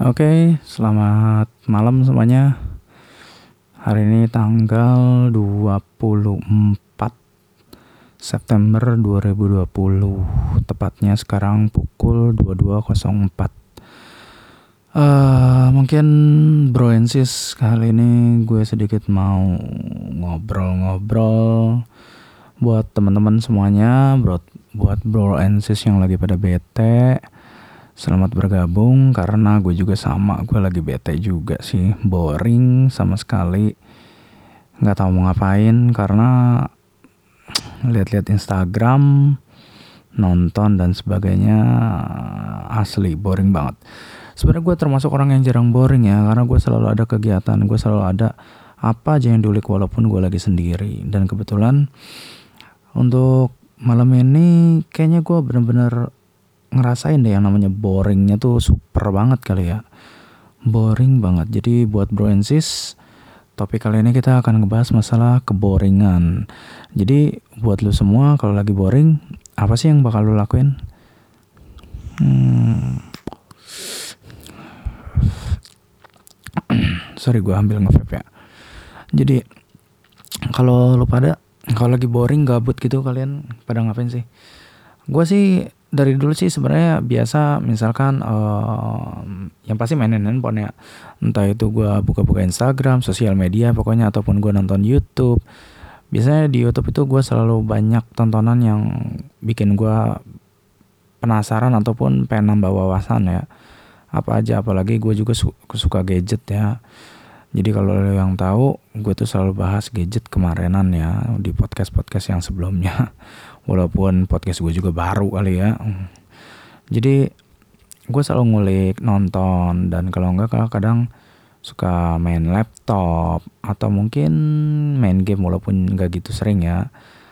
Oke, selamat malam semuanya. Hari ini tanggal 24 September 2020. Tepatnya sekarang pukul 22.04. Mungkin Bro and Sis, kali ini gue sedikit mau ngobrol-ngobrol buat teman-teman semuanya, buat Bro and Sis yang lagi pada bete. Selamat bergabung, karena gue juga sama, gue lagi bete juga sih, boring sama sekali, nggak tahu mau ngapain karena lihat-lihat Instagram, nonton dan sebagainya, asli boring banget. Sebenarnya gue termasuk orang yang jarang boring ya, karena gue selalu ada kegiatan, gue selalu ada apa aja yang diulik walaupun gue lagi sendiri. Dan kebetulan untuk malam ini kayaknya gue bener-bener ngerasain deh yang namanya boringnya tuh super banget kali ya, boring banget. Jadi buat Bro and Sis, topik kali ini kita akan ngebahas masalah keboringan. Jadi buat lu semua, kalau lagi boring, apa sih yang bakal lu lakuin? Sorry, gue ambil nge-vape ya. Jadi kalau lu pada, kalau lagi boring, gabut gitu, kalian pada ngapain sih? Gue sih dari dulu sih sebenarnya biasa, misalkan yang pasti mainin handphone ya, entah itu gue buka-buka Instagram, sosial media pokoknya, ataupun gue nonton YouTube. Biasanya di YouTube itu gue selalu banyak tontonan yang bikin gue penasaran ataupun pengen nambah wawasan ya, apa aja. Apalagi gue juga suka gadget ya. Jadi kalau lo yang tahu, gue tuh selalu bahas gadget kemarinan ya di podcast-podcast yang sebelumnya. Walaupun podcast gue juga baru kali ya. Jadi gue selalu ngulik, nonton, dan kalau enggak kadang suka main laptop atau mungkin main game, walaupun enggak gitu sering ya.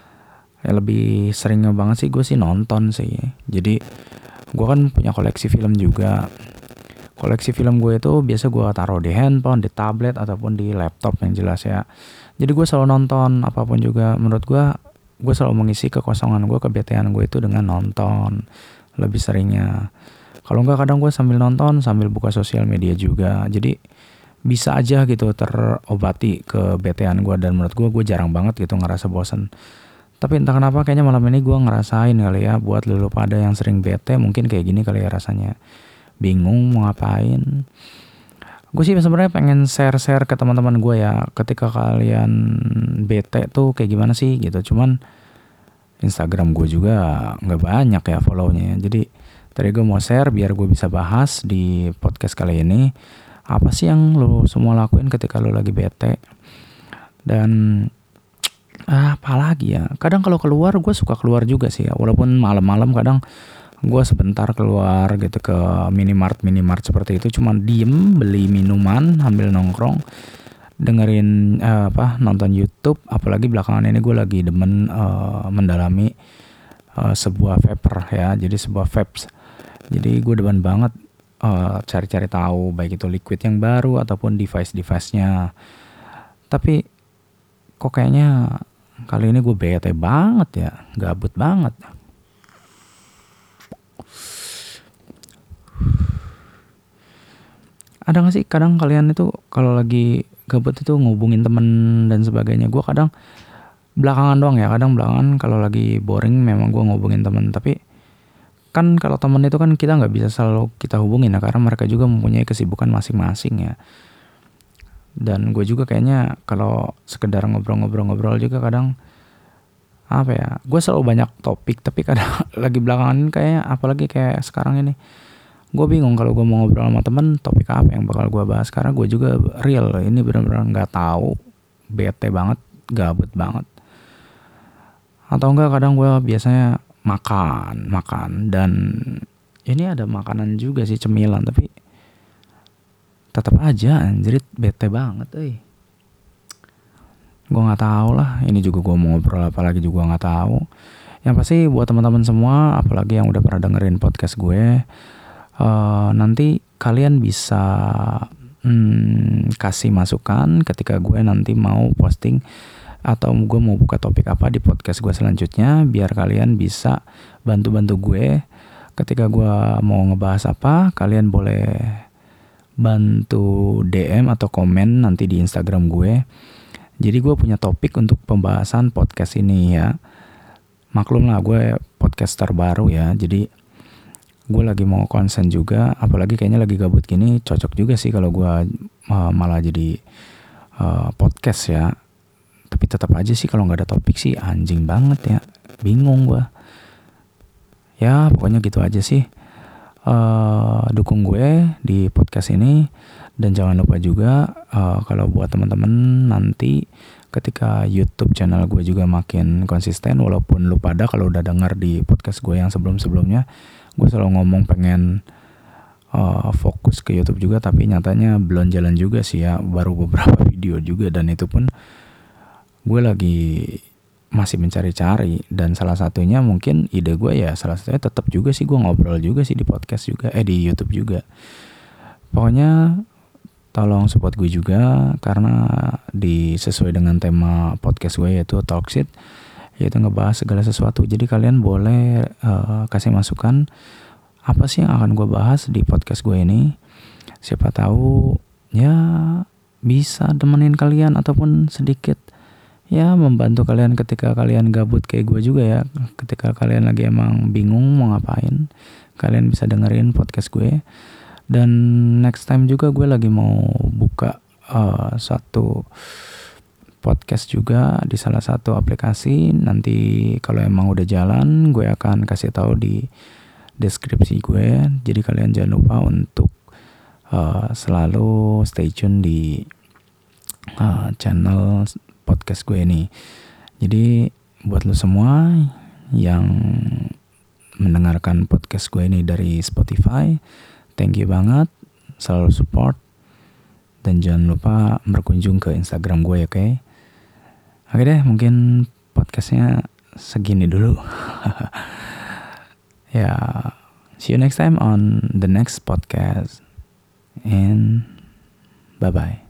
Lebih seringnya banget sih gue sih nonton sih. Jadi gue kan punya koleksi film juga. Koleksi film gue itu biasa gue taruh di handphone, di tablet, ataupun di laptop yang jelas ya. Jadi gue selalu nonton apapun juga. Menurut gue selalu mengisi kekosongan gue, kebetean gue itu dengan nonton lebih seringnya. Kalau enggak kadang gue sambil nonton sambil buka sosial media juga. Jadi bisa aja gitu terobati kebetean gue. Dan menurut gue jarang banget gitu ngerasa bosan. Tapi entah kenapa kayaknya malam ini gue ngerasain kali ya, buat lu pada yang sering bete mungkin kayak gini kali ya rasanya. Bingung mau ngapain. Gue sih sebenarnya pengen share ke teman-teman gue ya, ketika kalian bete tuh kayak gimana sih gitu. Cuman Instagram gue juga nggak banyak ya follownya. Jadi tadi gue mau share biar gue bisa bahas di podcast kali ini, apa sih yang lo semua lakuin ketika lo lagi bete. Dan apa lagi ya, kadang kalau keluar gue suka keluar juga sih ya, walaupun malam-malam kadang gue sebentar keluar gitu ke minimart seperti itu, cuma diem beli minuman sambil nongkrong, dengerin nonton YouTube. Apalagi belakangan ini gue lagi demen mendalami sebuah vapor ya, jadi sebuah vapes. Jadi gue demen banget cari-cari tahu baik itu liquid yang baru ataupun device-nya. Tapi kok kayaknya kali ini gue bete banget ya, gabut banget. Ada gak sih kadang kalian itu kalau lagi gabut itu ngubungin temen dan sebagainya? Gue kadang belakangan doang ya, kadang belakangan kalau lagi boring memang gue ngubungin temen. Tapi kan kalau temen itu kan kita gak bisa selalu kita hubungin ya, karena mereka juga mempunyai kesibukan masing-masing ya. Dan gue juga kayaknya kalau sekedar ngobrol-ngobrol juga kadang apa ya, gue selalu banyak topik. Tapi kadang lagi belakangan kayaknya, apalagi kayak sekarang ini, gue bingung kalau gue mau ngobrol sama temen topik apa yang bakal gue bahas, karena gue juga real ini benar-benar nggak tahu, bete banget, gabut banget. Atau enggak kadang gue biasanya makan dan ini ada makanan juga sih, cemilan, tapi tetap aja anjrit bete banget. Gue nggak tahu lah, ini juga gue mau ngobrol apa lagi juga nggak tahu. Yang pasti buat teman-teman semua, apalagi yang udah pernah dengerin podcast gue, nanti kalian bisa kasih masukan ketika gue nanti mau posting atau gue mau buka topik apa di podcast gue selanjutnya, biar kalian bisa bantu-bantu gue ketika gue mau ngebahas apa. Kalian boleh bantu DM atau komen nanti di Instagram gue. Jadi gue punya topik untuk pembahasan podcast ini ya. Maklum lah gue podcaster baru ya, jadi gue lagi mau konsen juga, apalagi kayaknya lagi gabut gini, cocok juga sih kalau gue malah jadi podcast ya. Tapi tetap aja sih kalau nggak ada topik sih anjing banget ya, bingung gue. Ya pokoknya gitu aja sih. Dukung gue di podcast ini, dan jangan lupa juga kalau buat teman-teman nanti ketika YouTube channel gue juga makin konsisten, walaupun lu pada kalau udah dengar di podcast gue yang sebelum-sebelumnya, gue selalu ngomong pengen fokus ke YouTube juga, tapi nyatanya belum jalan juga sih ya, baru beberapa video juga, dan itu pun gue lagi masih mencari-cari, dan salah satunya mungkin ide gue ya, salah satunya tetap juga sih gue ngobrol juga sih di podcast juga, di YouTube juga. Pokoknya tolong support gue juga, karena sesuai dengan tema podcast gue yaitu Talk Shit, yaitu ngebahas segala sesuatu. Jadi kalian boleh kasih masukan apa sih yang akan gue bahas di podcast gue ini. Siapa tahu ya bisa temenin kalian ataupun sedikit ya membantu kalian ketika kalian gabut kayak gue juga ya. Ketika kalian lagi emang bingung mau ngapain, kalian bisa dengerin podcast gue. Dan next time juga gue lagi mau buka satu podcast juga di salah satu aplikasi. Nanti kalau emang udah jalan, gue akan kasih tahu di deskripsi gue. Jadi kalian jangan lupa untuk selalu stay tune di channel podcast gue ini. Jadi buat lo semua yang mendengarkan podcast gue ini dari Spotify, thank you banget, selalu support, dan jangan lupa berkunjung ke Instagram gue, oke? Oke deh, mungkin podcastnya segini dulu. Ya, see you next time on the next podcast, and bye-bye.